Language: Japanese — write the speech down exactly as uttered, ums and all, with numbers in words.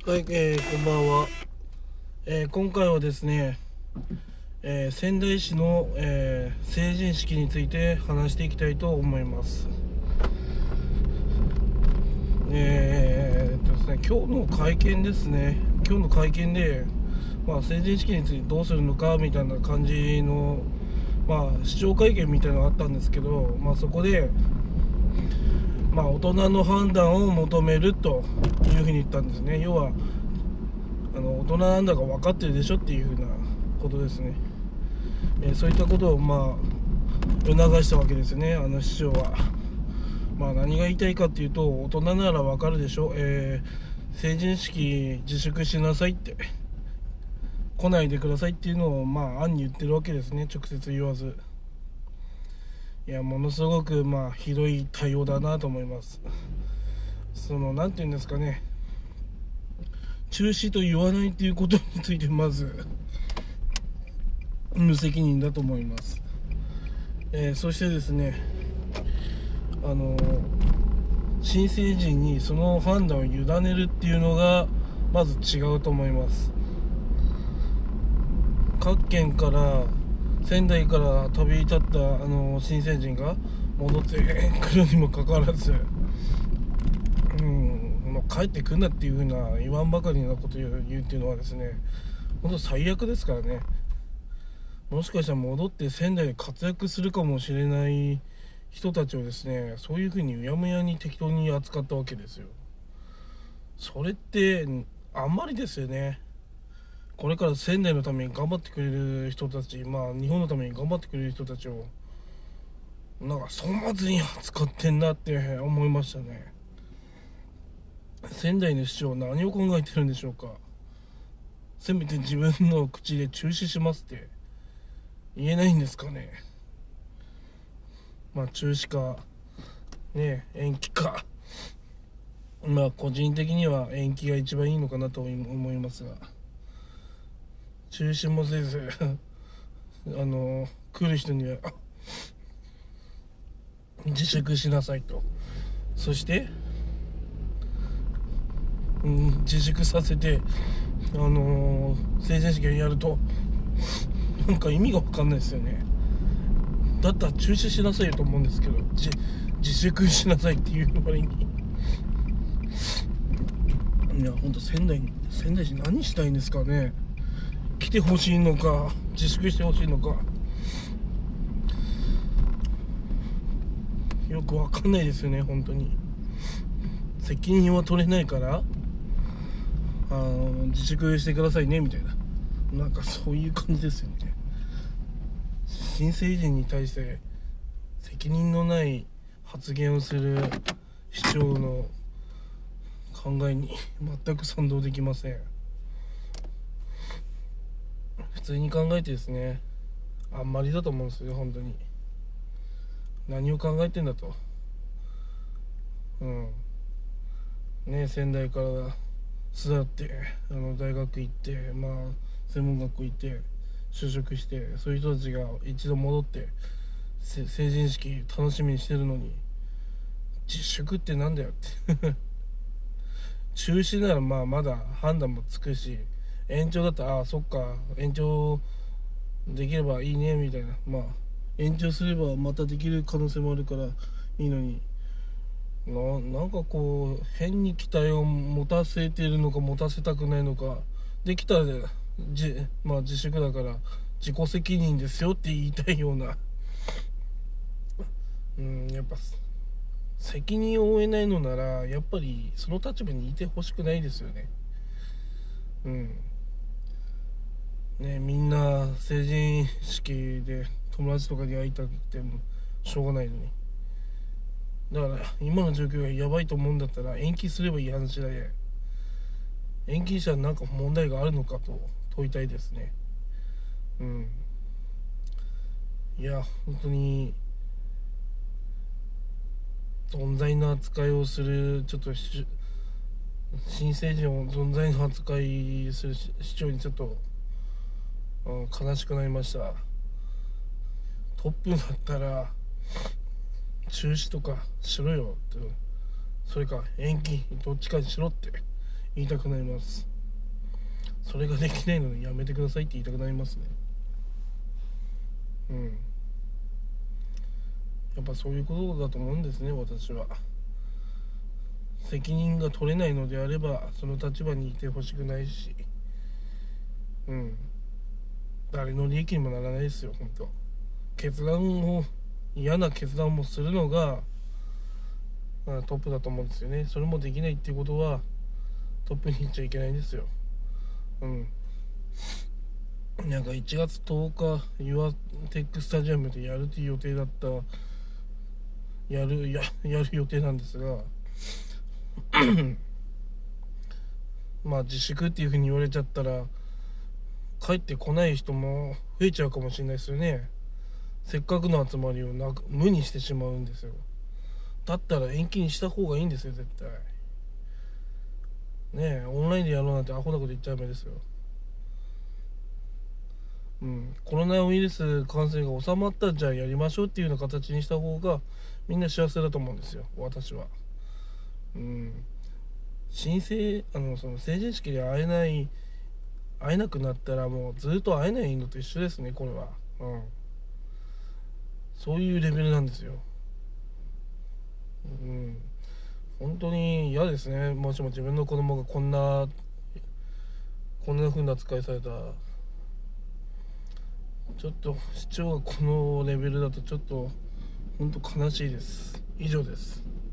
はい、えー、こんばんは、えー、今回はですね、えー、仙台市の、えー、成人式について話していきたいと思います。えー、っとですね、今日の会見ですね今日の会見で、まあ、成人式についてどうするのかみたいな感じの、まあ、市長会見みたいなのがあったんですけど、まあ、そこで、まあ、大人の判断を求めるというふうに言ったんですね。要はあの大人なんだか分かってるでしょっていうふうなことですね。えー、そういったことをまあ促したわけですね、あの市長は。まあ何が言いたいかっていうと、大人なら分かるでしょ、えー、成人式自粛しなさいって、来ないでくださいっていうのをまあ暗に言ってるわけですね、直接言わず。いや、ものすごくまあひどい対応だなと思います。そのなんていうんですかね、中止と言わないということについてまず無責任だと思います。えー、そしてですね、あの新成人にその判断を委ねるっていうのがまず違うと思います。各県から仙台から旅立ったあの新成人が戻ってくるにもかかわらず、うん、もう帰ってくんなっていう風な言わんばかりなことを言うっていうのはですね、本当最悪ですからね。もしかしたら戻って仙台で活躍するかもしれない人たちをですね、そういう風にうやむやに適当に扱ったわけですよ。それってあんまりですよね。これから仙台のために頑張ってくれる人たち、まあ日本のために頑張ってくれる人たちをなんか粗末に扱ってんなって思いましたね。仙台の市長は何を考えてるんでしょうか。せめて自分の口で中止しますって言えないんですかね。まあ中止かね、延期か、まあ個人的には延期が一番いいのかなと思いますが、中止もせずあの来る人には自粛しなさいと、そして、うん、自粛させてあのー、成人式をやるとなんか意味が分かんないですよね。だったら中止しなさいよと思うんですけど、自自粛しなさいっていう割に、いや本当仙台仙台市何したいんですかね。来てほしいのか自粛してほしいのかよく分かんないですよね。本当に責任は取れないからあの自粛してくださいねみたいな、なんかそういう感じですよね。新成人に対して責任のない発言をする市長の考えに全く賛同できません。普通に考えてですね、あんまりだと思うんですよ本当に。何を考えてんだと。うんね、仙台から巣立ってあの大学行って、まあ専門学校行って就職して、そういう人たちが一度戻って成人式楽しみにしてるのに、自粛ってなんだよって中止ならまあまだ判断もつくし、延長だったらああそっか延長できればいいねみたいな、まあ延長すればまたできる可能性もあるからいいのに、な, なんかこう変に期待を持たせているのか持たせたくないのか、できたらじ、まあ、自粛だから自己責任ですよって言いたいような、うん、やっぱ責任を負えないのならやっぱりその立場にいてほしくないですよね。うんね、みんな成人式で友達とかに会いたくてもしょうがないのに、だから今の状況がやばいと思うんだったら延期すればいい話で、延期したら何か問題があるのかと問いたいですね。うんいや本当に存在の扱いをする、ちょっと新成人を存在の扱いする市長にちょっと、うん、悲しくなりました。トップだったら中止とかしろよって、それか延期どっちかにしろって言いたくなります。それができないのにやめてくださいって言いたくなりますね。うん、やっぱそういうことだと思うんですね。私は責任が取れないのであればその立場にいてほしくないし、うん、誰の利益にもならないですよ。本当決断を嫌な決断もするのがトップだと思うんですよね。それもできないっていうことはトップに行っちゃいけないんですよ。うんなんかいちがつとおかユアテックスタジアムでやるっていう予定だったやるややる予定なんですがまあ自粛っていう風に言われちゃったら帰ってこない人も増えちゃうかもしれないですよね。せっかくの集まりをなく無にしてしまうんですよ。だったら延期にした方がいいんですよ絶対ね。えオンラインでやろうなんてアホなこと言っちゃダメですよ。うん、コロナウイルス感染が収まったらじゃあやりましょうっていうような形にした方がみんな幸せだと思うんですよ私は。うん申請あのその成人式で会えない会えなくなったらもうずっと会えないのと一緒ですねこれは。うんそういうレベルなんですよ。うん本当に嫌ですね。もしも自分の子供がこんなこんな風な扱いされたらちょっと市長がこのレベルだとちょっと本当悲しいです。以上です。